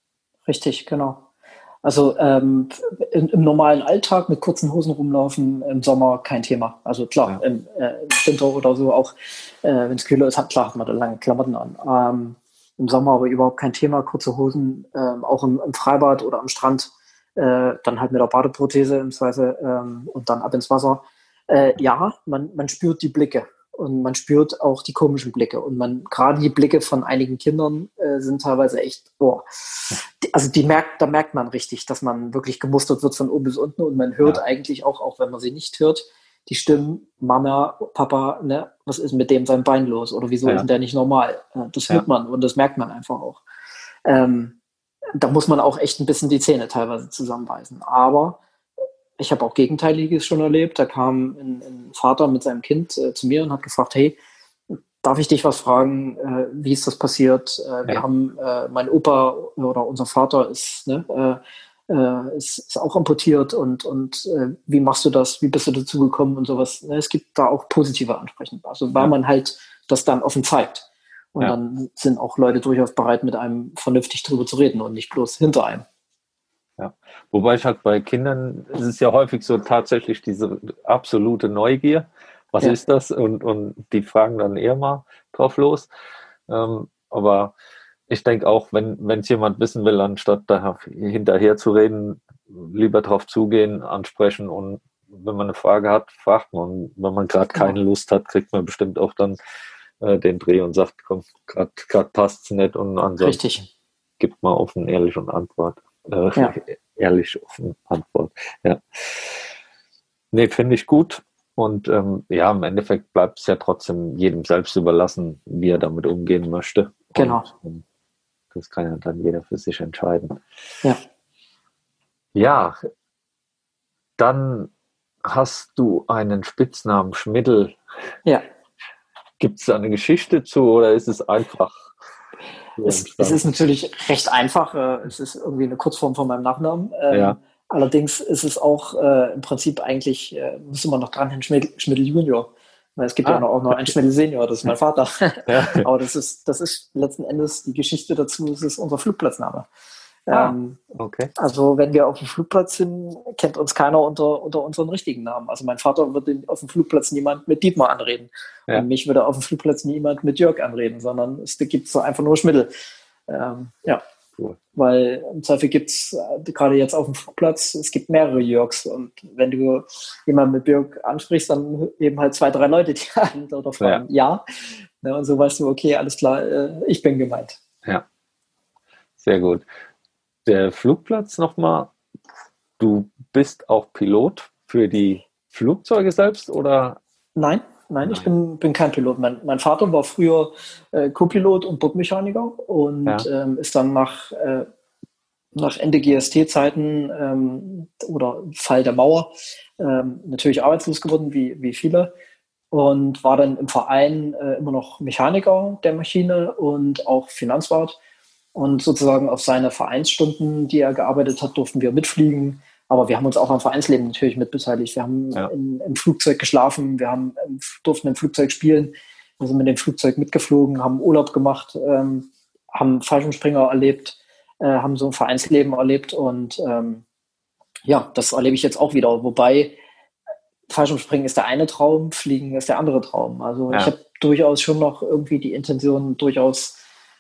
[SPEAKER 3] richtig, genau. Also ähm, im, im normalen Alltag mit kurzen Hosen rumlaufen, im Sommer kein Thema. Also klar, ja. im, äh, im Winter oder so auch, äh, wenn es kühler ist, hat klar, hat man da lange Klamotten an. Ähm, Im Sommer aber überhaupt kein Thema, kurze Hosen, ähm, auch im, im Freibad oder am Strand, äh, dann halt mit der Badeprothese im Zweifel ähm, und dann ab ins Wasser. Äh, ja, man, man spürt die Blicke. Und man spürt auch die komischen Blicke. Und man, gerade die Blicke von einigen Kindern äh, sind teilweise echt, boah, die, also die merkt, da merkt man richtig, dass man wirklich gemustert wird von oben bis unten. Und man hört ja. eigentlich auch, auch wenn man sie nicht hört, die Stimmen, Mama, Papa, ne, was ist mit dem sein Bein los? Oder wieso ja. ist denn der nicht normal? Das hört ja. man und das merkt man einfach auch. Ähm, da muss man auch echt ein bisschen die Zähne teilweise zusammenbeißen. Aber ich habe auch Gegenteiliges schon erlebt. Da kam ein, ein Vater mit seinem Kind äh, zu mir und hat gefragt, hey, darf ich dich was fragen? Äh, wie ist das passiert? Äh, wir ja. haben, äh, mein Opa oder unser Vater ist, ne, äh, ist, ist auch amputiert und, und äh, wie machst du das? Wie bist du dazu gekommen und sowas? Ne, es gibt da auch positive Ansprechen. Also weil ja. man halt das dann offen zeigt. Und ja. dann sind auch Leute durchaus bereit, mit einem vernünftig drüber zu reden und nicht bloß hinter einem.
[SPEAKER 1] Ja, wobei ich halt bei Kindern, es ist ja häufig so tatsächlich diese absolute Neugier. Was ja. ist das? Und, und die fragen dann eher mal drauf los. Ähm, aber ich denke auch, wenn wenn es jemand wissen will, anstatt da hinterher zu reden, lieber drauf zugehen, ansprechen und wenn man eine Frage hat, fragt man. Und wenn man gerade keine ja. Lust hat, kriegt man bestimmt auch dann äh, den Dreh und sagt, komm, gerade passt es nicht und ansonsten
[SPEAKER 3] Richtig.
[SPEAKER 1] gibt man offen, ehrlich und Antwort. Äh, ja. Ehrlich offen Antwort. Ja. Nee, finde ich gut. Und ähm, ja, im Endeffekt bleibt es ja trotzdem jedem selbst überlassen, wie er damit umgehen möchte.
[SPEAKER 3] Genau.
[SPEAKER 1] Und, und das kann ja dann jeder für sich entscheiden.
[SPEAKER 3] Ja.
[SPEAKER 1] Ja, dann hast du einen Spitznamen Schmidl.
[SPEAKER 3] Ja.
[SPEAKER 1] Gibt es da eine Geschichte zu oder ist es einfach?
[SPEAKER 3] Es, es ist natürlich recht einfach. Äh, es ist irgendwie eine Kurzform von meinem Nachnamen. Ähm,
[SPEAKER 1] ja.
[SPEAKER 3] Allerdings ist es auch äh, im Prinzip eigentlich, äh, müsste man noch dran hin, Schmidl, Schmidl Junior. Weil es gibt ah, ja noch, auch noch einen Schmidl Senior, das ist mein Vater. Ja. Aber das ist, das ist letzten Endes die Geschichte dazu, das ist unser Flugplatzname.
[SPEAKER 1] Ah,
[SPEAKER 3] ähm,
[SPEAKER 1] okay.
[SPEAKER 3] Also wenn wir auf dem Flugplatz sind, kennt uns keiner unter, unter unseren richtigen Namen. Also mein Vater würde auf dem Flugplatz niemand mit Dietmar anreden. Ja. Und mich würde auf dem Flugplatz niemand mit Jörg anreden, sondern es gibt so einfach nur Schmidl. Ähm, ja, cool. Weil im Zweifel gibt es äh, gerade jetzt auf dem Flugplatz, es gibt mehrere Jörgs. Und wenn du jemanden mit Jörg ansprichst, dann eben halt zwei, drei Leute, die halt oder fragen, ja. ja. ja. Und so weißt du, okay, alles klar, äh, ich bin gemeint.
[SPEAKER 1] Ja, sehr gut. Der Flugplatz nochmal, du bist auch Pilot für die Flugzeuge selbst oder?
[SPEAKER 3] Nein, nein, nein. ich bin, bin kein Pilot. Mein, mein Vater war früher äh, Co-Pilot und Bordmechaniker und ja. ähm, ist dann nach, äh, nach Ende G S T-Zeiten ähm, oder Fall der Mauer ähm, natürlich arbeitslos geworden, wie, wie viele. Und war dann im Verein äh, immer noch Mechaniker der Maschine und auch Finanzwart. Und sozusagen auf seine Vereinsstunden, die er gearbeitet hat, durften wir mitfliegen. Aber wir haben uns auch am Vereinsleben natürlich mitbeteiligt. Wir haben ja. in, im Flugzeug geschlafen, wir haben, durften im Flugzeug spielen. Wir sind mit dem Flugzeug mitgeflogen, haben Urlaub gemacht, ähm, haben Fallschirmspringer erlebt, äh, haben so ein Vereinsleben erlebt. Und ähm, ja, das erlebe ich jetzt auch wieder. Wobei Fallschirmspringen ist der eine Traum, Fliegen ist der andere Traum. Also ja. ich habe durchaus schon noch irgendwie die Intention, durchaus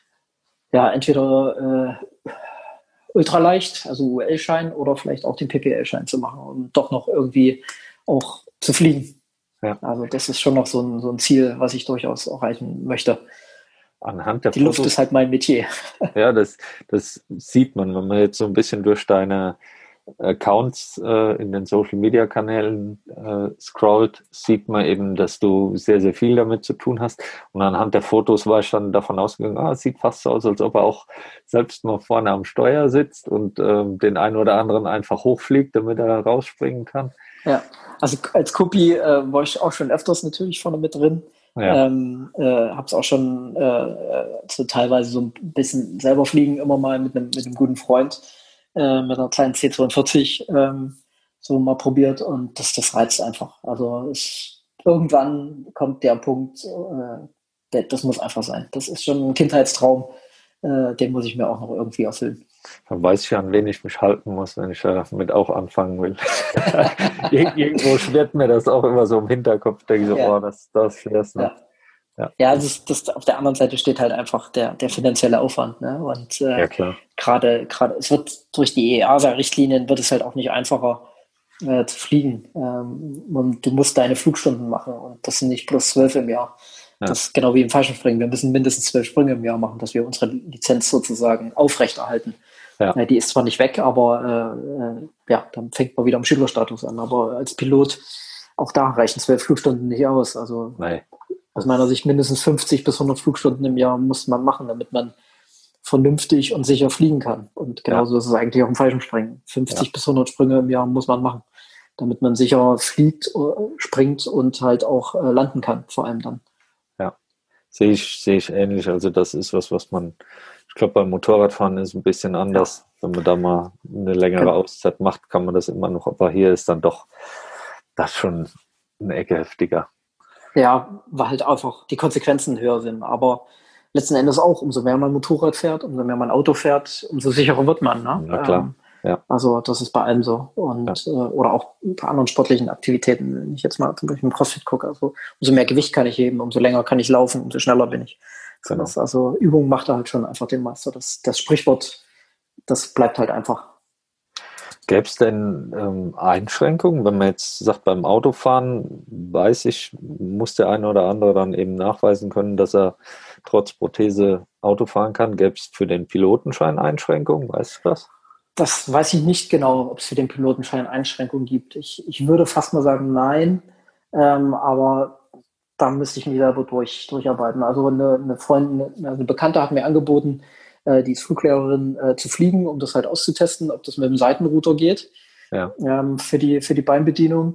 [SPEAKER 3] ja, entweder äh, ultraleicht, also U L-Schein oder vielleicht auch den P P L-Schein zu machen, um doch noch irgendwie auch zu fliegen. Ja. Also das ist schon noch so ein, so ein Ziel, was ich durchaus erreichen möchte.
[SPEAKER 1] Anhand der
[SPEAKER 3] Die Fotos, Luft ist halt mein Metier.
[SPEAKER 1] Ja, das, das sieht man, wenn man jetzt so ein bisschen durch deine Accounts äh, in den Social-Media-Kanälen äh, scrollt, sieht man eben, dass du sehr, sehr viel damit zu tun hast. Und anhand der Fotos war ich dann davon ausgegangen, ah, es sieht fast so aus, als ob er auch selbst mal vorne am Steuer sitzt und ähm, den einen oder anderen einfach hochfliegt, damit er rausspringen kann.
[SPEAKER 3] Ja, also als Kopie äh, war ich auch schon öfters natürlich vorne mit drin. Ja. Ähm, äh, habe es auch schon äh, so teilweise so ein bisschen selber fliegen, immer mal mit einem mit einem guten Freund. Äh, mit einer kleinen C zweiundvierzig ähm, so mal probiert und das, das reizt einfach. Also es, irgendwann kommt der Punkt, äh, der, das muss einfach sein. Das ist schon ein Kindheitstraum, äh, den muss ich mir auch noch irgendwie erfüllen.
[SPEAKER 1] Dann weiß ich, an wen ich mich halten muss, wenn ich damit auch anfangen will. Irgendwo schwirrt mir das auch immer so im Hinterkopf, denke ich so, ja. oh, das, das wär's noch.
[SPEAKER 3] Ja. Ja, ja das, das, auf der anderen Seite steht halt einfach der, der finanzielle Aufwand. Ne? Und äh,
[SPEAKER 1] ja, klar.
[SPEAKER 3] gerade, gerade, es wird durch die E A S A-Richtlinien wird es halt auch nicht einfacher äh, zu fliegen. Ähm, und du musst deine Flugstunden machen und das sind nicht bloß zwölf im Jahr. Ja. Das ist genau wie im Fallschirmspringen. Wir müssen mindestens zwölf Sprünge im Jahr machen, dass wir unsere Lizenz sozusagen aufrechterhalten. Ja. Äh, die ist zwar nicht weg, aber äh, ja, dann fängt man wieder am Schülerstatus an. Aber als Pilot, auch da reichen zwölf Flugstunden nicht aus. Also
[SPEAKER 1] Nein.
[SPEAKER 3] Aus meiner Sicht mindestens fünfzig bis hundert Flugstunden im Jahr muss man machen, damit man vernünftig und sicher fliegen kann. Und genauso ja. ist es eigentlich auch im Fallschirmspringen. fünfzig ja. bis hundert Sprünge im Jahr muss man machen, damit man sicher fliegt, springt und halt auch äh, landen kann, vor allem dann.
[SPEAKER 1] Ja, sehe ich, sehe ich ähnlich. Also das ist was, was man, ich glaube, beim Motorradfahren ist ein bisschen anders. Ja. Wenn man da mal eine längere genau. Auszeit macht, kann man das immer noch. Aber hier ist dann doch das schon eine Ecke heftiger.
[SPEAKER 3] Ja, weil halt einfach die Konsequenzen höher sind. Aber letzten Endes auch, umso mehr man Motorrad fährt, umso mehr man Auto fährt, umso sicherer wird man. Ne?
[SPEAKER 1] Na klar,
[SPEAKER 3] ähm,
[SPEAKER 1] ja.
[SPEAKER 3] Also das ist bei allem so. Und ja. äh, oder auch bei anderen sportlichen Aktivitäten, wenn ich jetzt mal zum Beispiel im CrossFit gucke, also umso mehr Gewicht kann ich heben, umso länger kann ich laufen, umso schneller bin ich. Genau. Das, also Übung macht da halt schon einfach den Meister. Das, das Sprichwort, das bleibt halt einfach.
[SPEAKER 1] Gäbe es denn ähm, Einschränkungen, wenn man jetzt sagt, beim Autofahren, weiß ich, muss der eine oder andere dann eben nachweisen können, dass er trotz Prothese Auto fahren kann? Gäbe es für den Pilotenschein Einschränkungen? Weißt du das?
[SPEAKER 3] Das weiß ich nicht genau, ob es für den Pilotenschein Einschränkungen gibt. Ich, ich würde fast mal sagen, nein, ähm, aber da müsste ich mich selber durch, durcharbeiten. Also eine, eine Freundin, eine Bekannte hat mir angeboten, die ist Fluglehrerin, äh, zu fliegen, um das halt auszutesten, ob das mit dem Seitenrouter geht,
[SPEAKER 1] ja.
[SPEAKER 3] ähm, für die, für die Beinbedienung.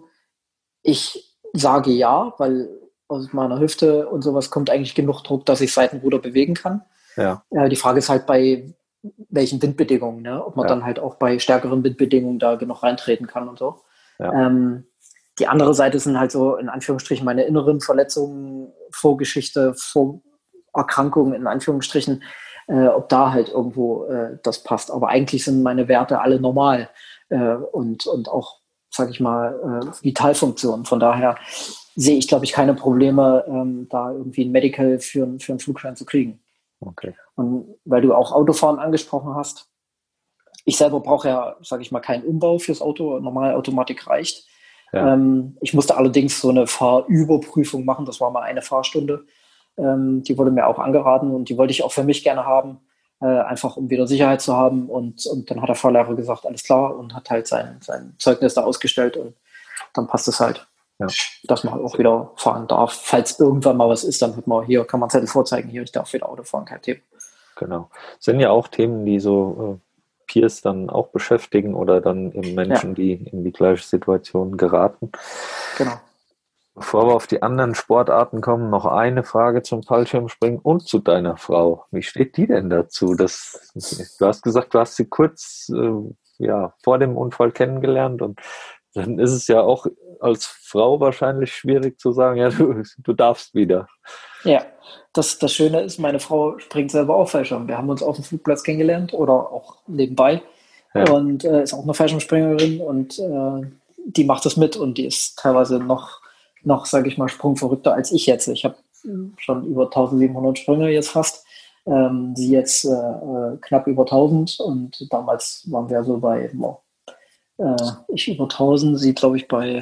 [SPEAKER 3] Ich sage ja, weil aus meiner Hüfte und sowas kommt eigentlich genug Druck, dass ich Seitenruder bewegen kann.
[SPEAKER 1] Ja.
[SPEAKER 3] Äh, die Frage ist halt bei welchen Windbedingungen, ne? Ob man ja. dann halt auch bei stärkeren Windbedingungen da genug reintreten kann und so.
[SPEAKER 1] Ja.
[SPEAKER 3] Ähm, die andere Seite sind halt so in Anführungsstrichen meine inneren Verletzungen, Vorgeschichte, Vorerkrankungen in Anführungsstrichen, Äh, ob da halt irgendwo äh, das passt. Aber eigentlich sind meine Werte alle normal äh, und, und auch, sag ich mal, äh, Vitalfunktionen. Von daher sehe ich, glaube ich, keine Probleme, ähm, da irgendwie ein Medical für, für einen Flugschein zu kriegen.
[SPEAKER 1] Okay.
[SPEAKER 3] Und weil du auch Autofahren angesprochen hast, ich selber brauche ja, sage ich mal, keinen Umbau fürs Auto. Normale Automatik reicht.
[SPEAKER 1] Ja.
[SPEAKER 3] Ähm, ich musste allerdings so eine Fahrüberprüfung machen. Das war mal eine Fahrstunde. Ähm, die wurde mir auch angeraten und die wollte ich auch für mich gerne haben, äh, einfach um wieder Sicherheit zu haben. Und, und dann hat der Fahrlehrer gesagt, alles klar, und hat halt sein, sein Zeugnis da ausgestellt und dann passt es halt,
[SPEAKER 1] ja.
[SPEAKER 3] dass man auch wieder fahren darf. Falls irgendwann mal was ist, dann wird man hier, kann man Zettel vorzeigen, hier, ich darf wieder Auto fahren, kein Thema.
[SPEAKER 1] Genau. Das sind ja auch Themen, die so äh, Peers dann auch beschäftigen oder dann eben Menschen, ja. die in die gleiche Situation geraten.
[SPEAKER 3] Genau.
[SPEAKER 1] Bevor wir auf die anderen Sportarten kommen, noch eine Frage zum Fallschirmspringen und zu deiner Frau. Wie steht die denn dazu? Das, du hast gesagt, du hast sie kurz äh, ja, vor dem Unfall kennengelernt und dann ist es ja auch als Frau wahrscheinlich schwierig zu sagen, ja, du, du darfst wieder.
[SPEAKER 3] Ja, das, das Schöne ist, meine Frau springt selber auch Fallschirm. Wir haben uns auf dem Flugplatz kennengelernt oder auch nebenbei ja. und äh, ist auch eine Fallschirmspringerin und äh, die macht das mit und die ist teilweise noch noch, sage ich mal, sprungverrückter als ich jetzt. Ich habe schon über eintausendsiebenhundert Sprünge jetzt fast. Ähm, sie jetzt äh, knapp über tausend und damals waren wir so bei, boah, äh, ich über tausend, sie glaube ich bei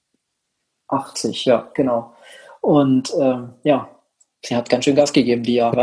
[SPEAKER 3] achtzig, ja, genau. Und ähm, ja, sie hat ganz schön Gas gegeben die Jahre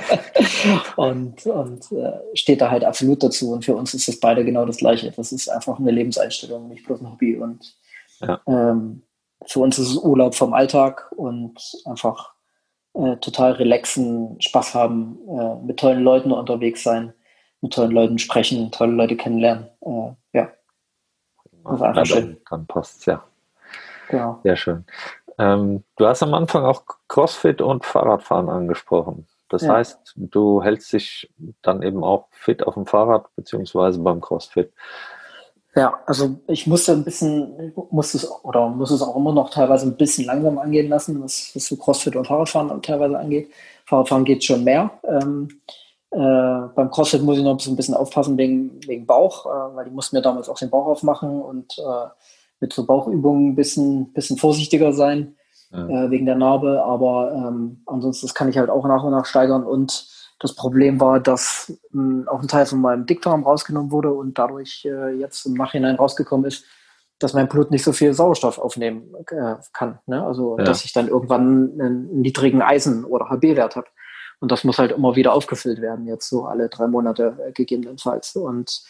[SPEAKER 3] und, und äh, steht da halt absolut dazu. Und für uns ist das beide genau das Gleiche. Das ist einfach eine Lebenseinstellung, nicht bloß ein Hobby. Und
[SPEAKER 1] ja.
[SPEAKER 3] ähm, für uns ist es Urlaub vom Alltag und einfach äh, total relaxen, Spaß haben, äh, mit tollen Leuten unterwegs sein, mit tollen Leuten sprechen, tolle Leute kennenlernen. Äh, ja, das ist einfach
[SPEAKER 1] ja,
[SPEAKER 3] schön.
[SPEAKER 1] Dann, dann passt es, ja.
[SPEAKER 3] Genau.
[SPEAKER 1] Sehr schön. Ähm, du hast am Anfang auch CrossFit und Fahrradfahren angesprochen. Das ja. heißt, du hältst dich dann eben auch fit auf dem Fahrrad beziehungsweise beim CrossFit.
[SPEAKER 3] Ja, also ich musste ein bisschen, muss es oder muss es auch immer noch teilweise ein bisschen langsam angehen lassen, was, was so CrossFit und Fahrradfahren teilweise angeht. Fahrradfahren geht schon mehr. Ähm, Äh, beim CrossFit muss ich noch ein bisschen aufpassen wegen, wegen Bauch, äh, weil die mussten mir damals auch den Bauch aufmachen und äh, mit so Bauchübungen ein bisschen, bisschen vorsichtiger sein, ja. äh, wegen der Narbe. Aber ähm, ansonsten das kann ich halt auch nach und nach steigern. Und das Problem war, dass mh, auch ein Teil von meinem Dickdarm rausgenommen wurde und dadurch äh, jetzt im Nachhinein rausgekommen ist, dass mein Blut nicht so viel Sauerstoff aufnehmen äh, kann. Ne? Also ja. dass ich dann irgendwann einen niedrigen Eisen- oder H B-Wert habe. Und das muss halt immer wieder aufgefüllt werden, jetzt so alle drei Monate äh, gegebenenfalls. Und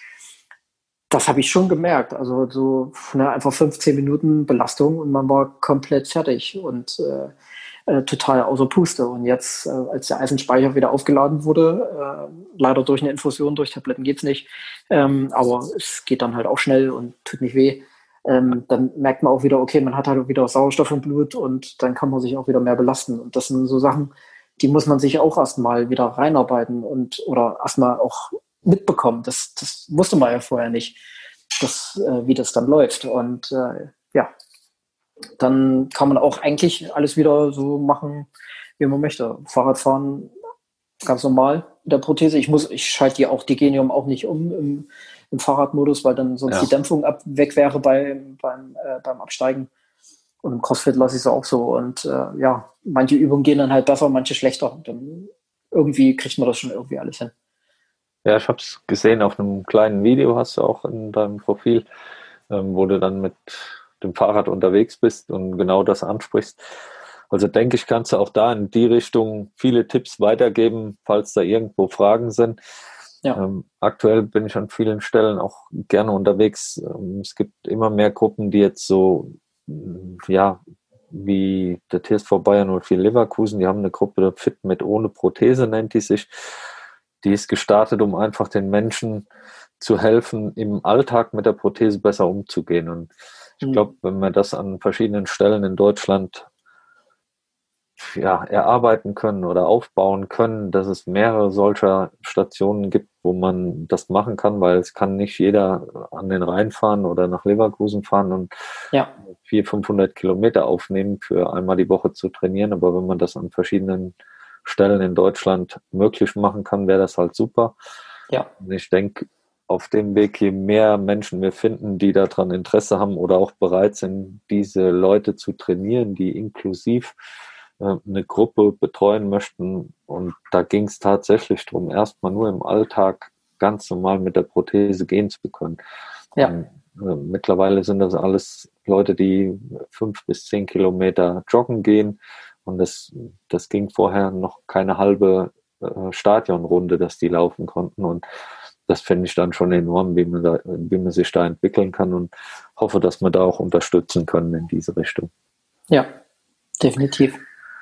[SPEAKER 3] das habe ich schon gemerkt. Also so ne, einfach fünfzehn Minuten Belastung und man war komplett fertig und äh, äh, total außer Puste. Und jetzt, äh, als der Eisenspeicher wieder aufgeladen wurde, äh, leider durch eine Infusion, durch Tabletten geht's nicht, ähm, aber es geht dann halt auch schnell und tut nicht weh. Ähm, dann merkt man auch wieder, okay, man hat halt wieder Sauerstoff im Blut und dann kann man sich auch wieder mehr belasten. Und das sind so Sachen, die muss man sich auch erstmal wieder reinarbeiten und oder erstmal auch mitbekommen. Das, das wusste man ja vorher nicht, dass, äh, wie das dann läuft. Und äh, ja, dann kann man auch eigentlich alles wieder so machen, wie man möchte. Fahrradfahren ganz normal mit der Prothese. Ich muss, ich schalte die auch, die Genium auch nicht um im, im Fahrradmodus, weil dann sonst ja. die Dämpfung ab, weg wäre bei, beim, äh, beim Absteigen. Und im CrossFit lasse ich es auch so. Und äh, ja, manche Übungen gehen dann halt besser, manche schlechter. Und dann irgendwie kriegt man das schon irgendwie alles hin.
[SPEAKER 1] Ja, ich habe es gesehen auf einem kleinen Video, hast du auch in deinem Profil, ähm, wo du dann mit dem Fahrrad unterwegs bist und genau das ansprichst. Also denke ich, kannst du auch da in die Richtung viele Tipps weitergeben, falls da irgendwo Fragen sind. Ja. Ähm, aktuell bin ich an vielen Stellen auch gerne unterwegs. Ähm, es gibt immer mehr Gruppen, die jetzt so ja, wie der T S V Bayern null vier Leverkusen, die haben eine Gruppe Fit mit ohne Prothese, nennt die sich. Die ist gestartet, um einfach den Menschen zu helfen, im Alltag mit der Prothese besser umzugehen. Und ich mhm. glaube, wenn wir das an verschiedenen Stellen in Deutschland ja, erarbeiten können oder aufbauen können, dass es mehrere solcher Stationen gibt, wo man das machen kann, weil es kann nicht jeder an den Rhein fahren oder nach Leverkusen fahren und ja. vierhundert, fünfhundert Kilometer aufnehmen, für einmal die Woche zu trainieren. Aber wenn man das an verschiedenen Stellen in Deutschland möglich machen kann, wäre das halt super. Ja. Und ich denke, auf dem Weg, je mehr Menschen wir finden, die daran Interesse haben oder auch bereit sind, diese Leute zu trainieren, die inklusiv eine Gruppe betreuen möchten. Und da ging es tatsächlich darum, erstmal nur im Alltag ganz normal mit der Prothese gehen zu können. Ja. Und, äh, mittlerweile sind das alles Leute, die fünf bis zehn Kilometer joggen gehen. Und das, das ging vorher noch keine halbe äh, Stadionrunde, dass die laufen konnten. Und das finde ich dann schon enorm, wie man, da, wie man sich da entwickeln kann, und hoffe, dass wir da auch unterstützen können in diese Richtung.
[SPEAKER 3] Ja, definitiv.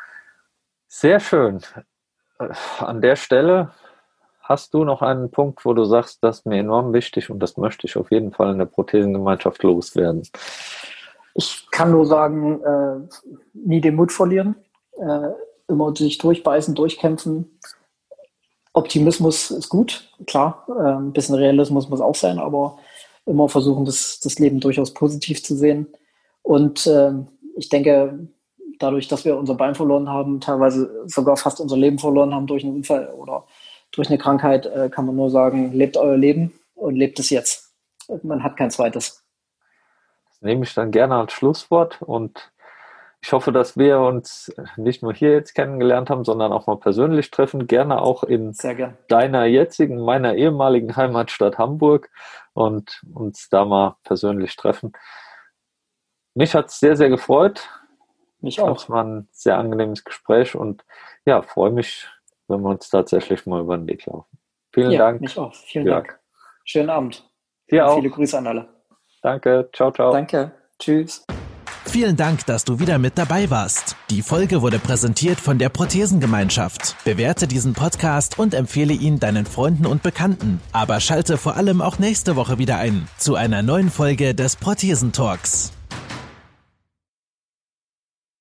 [SPEAKER 1] Sehr schön. An der Stelle hast du noch einen Punkt, wo du sagst, das ist mir enorm wichtig und das möchte ich auf jeden Fall in der Prothesengemeinschaft loswerden.
[SPEAKER 3] Ich kann nur sagen, äh, nie den Mut verlieren, äh, immer sich durchbeißen, durchkämpfen. Optimismus ist gut, klar, äh, ein bisschen Realismus muss auch sein, aber immer versuchen, das, das Leben durchaus positiv zu sehen. Und äh, ich denke, dadurch, dass wir unser Bein verloren haben, teilweise sogar fast unser Leben verloren haben durch einen Unfall oder durch eine Krankheit, äh, kann man nur sagen, lebt euer Leben und lebt es jetzt. Man hat kein zweites.
[SPEAKER 1] Das nehme ich dann gerne als Schlusswort, und ich hoffe, dass wir uns nicht nur hier jetzt kennengelernt haben, sondern auch mal persönlich treffen, gerne auch in deiner jetzigen, meiner ehemaligen Heimatstadt Hamburg, und uns da mal persönlich treffen. Mich hat es sehr, sehr gefreut.
[SPEAKER 3] Mich auch.
[SPEAKER 1] Es war ein sehr angenehmes Gespräch, und ja, freue mich, wenn wir uns tatsächlich mal über den Weg laufen. Vielen
[SPEAKER 3] ja,
[SPEAKER 1] Dank.
[SPEAKER 3] Mich auch. Vielen Jörg. Dank. Schönen Abend.
[SPEAKER 1] Dir auch.
[SPEAKER 3] Viele Grüße an alle.
[SPEAKER 1] Danke. Ciao, ciao.
[SPEAKER 3] Danke. Tschüss.
[SPEAKER 2] Vielen Dank, dass du wieder mit dabei warst. Die Folge wurde präsentiert von der Prothesengemeinschaft. Bewerte diesen Podcast und empfehle ihn deinen Freunden und Bekannten. Aber schalte vor allem auch nächste Woche wieder ein zu einer neuen Folge des Prothesentalks.